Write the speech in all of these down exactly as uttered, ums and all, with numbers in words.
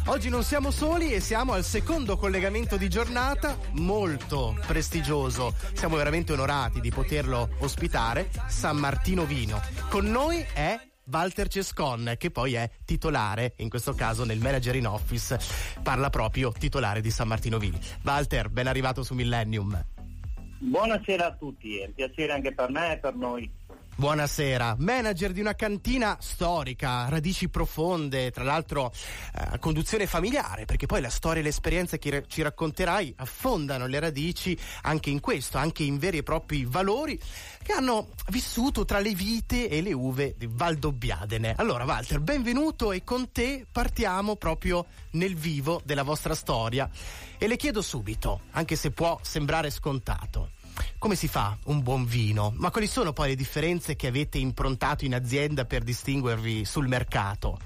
Oggi non siamo soli e siamo al secondo collegamento di giornata, molto prestigioso. Siamo veramente onorati di poterlo ospitare, San Martino Vino. Con noi è Walter Cescon, che poi è titolare, in questo caso nel Manager in Office, parla proprio titolare di San Martino Vini. Walter, ben arrivato su Millennium. Buonasera a tutti, è un piacere anche per me e per noi. Buonasera, manager di una cantina storica, radici profonde, tra l'altro eh, conduzione familiare, perché poi la storia e le esperienze che ci racconterai affondano le radici anche in questo, anche in veri e propri valori che hanno vissuto tra le vite e le uve di Valdobbiadene. Allora Walter, benvenuto, e con te partiamo proprio nel vivo della vostra storia e le chiedo subito, anche se può sembrare scontato, come si fa un buon vino? Ma quali sono poi le differenze che avete improntato in azienda per distinguervi sul mercato?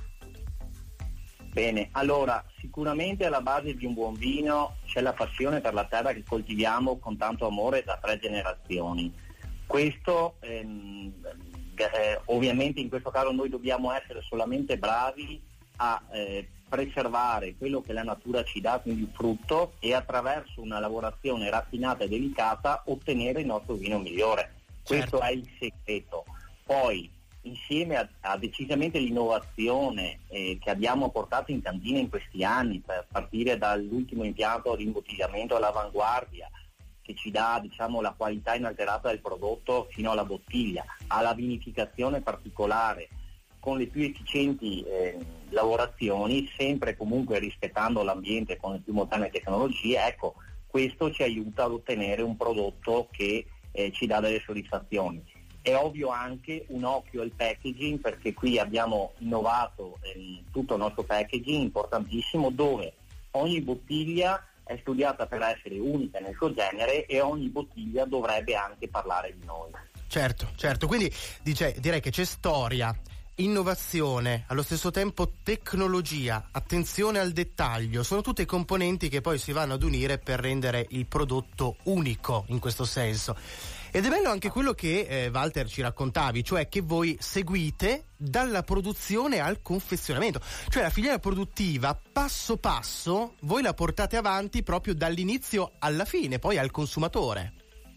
Bene, allora sicuramente alla base di un buon vino c'è la passione per la terra che coltiviamo con tanto amore da tre generazioni. Questo ehm, eh, ovviamente in questo caso noi dobbiamo essere solamente bravi a eh, preservare quello che la natura ci dà, quindi il frutto, e attraverso una lavorazione raffinata e delicata ottenere il nostro vino migliore. Questo Certo. è il segreto. Poi insieme a, a decisamente l'innovazione eh, che abbiamo portato in cantina in questi anni, per partire dall'ultimo impianto di imbottigliamento all'avanguardia, che ci dà, diciamo, la qualità inalterata del prodotto fino alla bottiglia, alla vinificazione particolare, con le più efficienti eh, lavorazioni, sempre comunque rispettando l'ambiente con le più moderne tecnologie. Ecco, questo ci aiuta ad ottenere un prodotto che eh, ci dà delle soddisfazioni. È ovvio anche un occhio al packaging, perché qui abbiamo innovato eh, tutto il nostro packaging importantissimo, dove ogni bottiglia è studiata per essere unica nel suo genere e ogni bottiglia dovrebbe anche parlare di noi. Certo, certo, quindi dice, direi che c'è storia, innovazione, allo stesso tempo tecnologia, attenzione al dettaglio, sono tutte componenti che poi si vanno ad unire per rendere il prodotto unico in questo senso. Ed è bello anche quello che eh, Walter ci raccontavi, cioè che voi seguite dalla produzione al confezionamento, cioè la filiera produttiva passo passo voi la portate avanti proprio dall'inizio alla fine, poi al consumatore.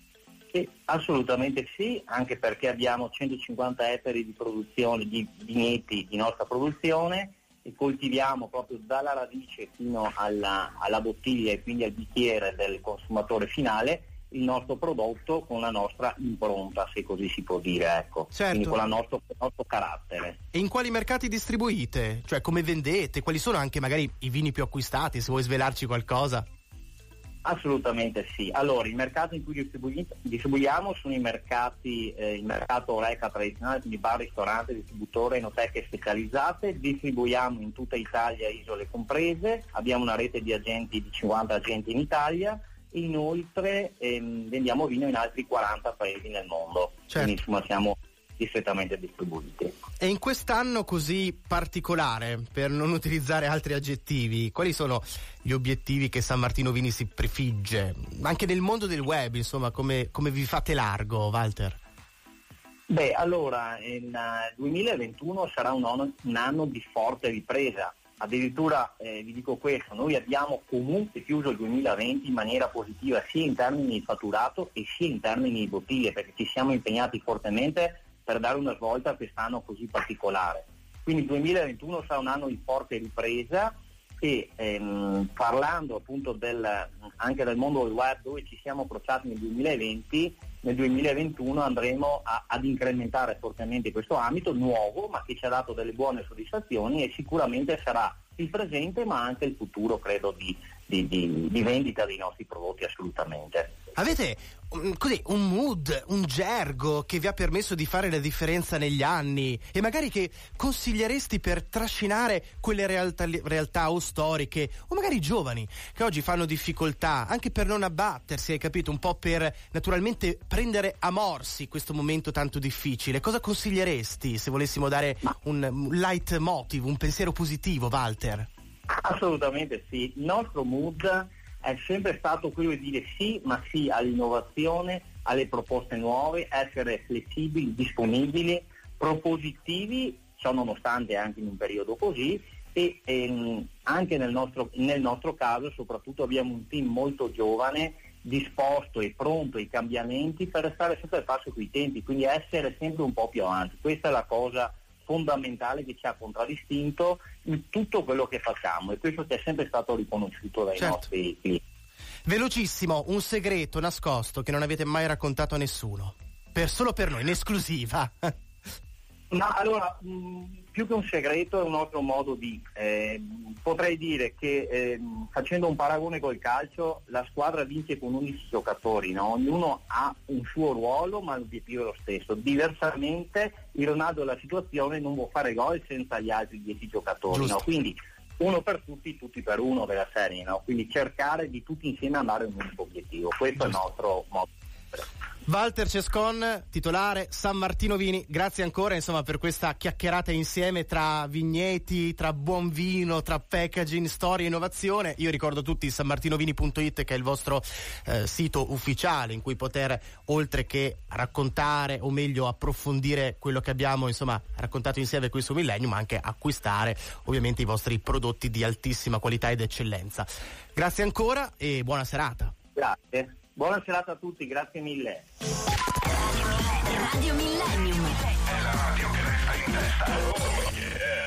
Sì, assolutamente sì, anche perché abbiamo centocinquanta ettari di produzione di vigneti di nostra produzione e coltiviamo proprio dalla radice fino alla, alla bottiglia e quindi al bicchiere del consumatore finale il nostro prodotto con la nostra impronta, se così si può dire, ecco. Certo. Quindi con la nostro, il nostro carattere. E in quali mercati distribuite? Cioè come vendete? Quali sono anche magari i vini più acquistati, se vuoi svelarci qualcosa? Assolutamente sì. Allora, il mercato in cui distribui- distribuiamo sono i mercati, eh, il mercato Horeca tradizionale, quindi bar, ristorante, distributore, enoteche specializzate. Distribuiamo in tutta Italia, isole comprese, abbiamo una rete di agenti, di cinquanta agenti in Italia. Inoltre ehm, vendiamo vino in altri quaranta paesi nel mondo. Certo. Quindi insomma siamo distrettamente distribuiti. E in quest'anno così particolare, per non utilizzare altri aggettivi, quali sono gli obiettivi che San Martino Vini si prefigge? Anche nel mondo del web, insomma, come, come vi fate largo, Walter? Beh, allora, il duemilaventuno sarà un anno, un anno di forte ripresa. Addirittura eh, vi dico questo, noi abbiamo comunque chiuso il duemilaventi in maniera positiva sia in termini di fatturato e sia in termini di bottiglie, perché ci siamo impegnati fortemente per dare una svolta a quest'anno così particolare. Quindi il duemilaventuno sarà un anno di forte ripresa e ehm, parlando appunto del, anche del mondo del web dove ci siamo approcciati nel duemilaventi, nel duemilaventuno andremo a, ad incrementare fortemente questo ambito nuovo, ma che ci ha dato delle buone soddisfazioni e sicuramente sarà il presente ma anche il futuro, credo, di, di, di, di vendita dei nostri prodotti, assolutamente. Avete um, così un mood, un gergo che vi ha permesso di fare la differenza negli anni e magari che consiglieresti per trascinare quelle realtà, realtà o storiche o magari giovani che oggi fanno difficoltà anche per non abbattersi, hai capito, un po' per naturalmente prendere a morsi questo momento tanto difficile. Cosa consiglieresti se volessimo dare un, un leitmotiv, un pensiero positivo, Walter? Assolutamente sì, il nostro mood è sempre stato quello di dire sì, ma sì all'innovazione, alle proposte nuove, essere flessibili, disponibili, propositivi, ciò nonostante anche in un periodo così, e ehm, anche nel nostro, nel nostro caso soprattutto abbiamo un team molto giovane, disposto e pronto ai cambiamenti per restare sempre al passo coi tempi, quindi essere sempre un po' più avanti. Questa è la cosa fondamentale che ci ha contraddistinto in tutto quello che facciamo, e questo che è sempre stato riconosciuto dai certo. nostri clienti. Velocissimo, un segreto nascosto che non avete mai raccontato a nessuno, per solo per noi, in esclusiva. Ma allora, mh, più che un segreto è un altro modo di, eh, potrei dire che eh, facendo un paragone col calcio, la squadra vince con undici giocatori, no? Ognuno ha un suo ruolo ma l'obiettivo è lo stesso. Diversamente il Ronaldo della situazione non può fare gol senza gli altri dieci giocatori, no? Quindi uno per tutti, tutti per uno della serie, no? Quindi cercare di tutti insieme andare a un unico obiettivo, questo Giusto. È il nostro modo. Walter Cescon, titolare San Martino Vini, grazie ancora insomma per questa chiacchierata insieme tra vigneti, tra buon vino, tra packaging, storia e innovazione. Io ricordo tutti sanmartinovini punto it, che è il vostro eh, sito ufficiale in cui poter, oltre che raccontare o meglio approfondire quello che abbiamo insomma raccontato insieme qui su Millennium, ma anche acquistare ovviamente i vostri prodotti di altissima qualità ed eccellenza. Grazie ancora e buona serata. Grazie. Buona serata a tutti, grazie mille. Radio Millennium. È la radio che resta in testa.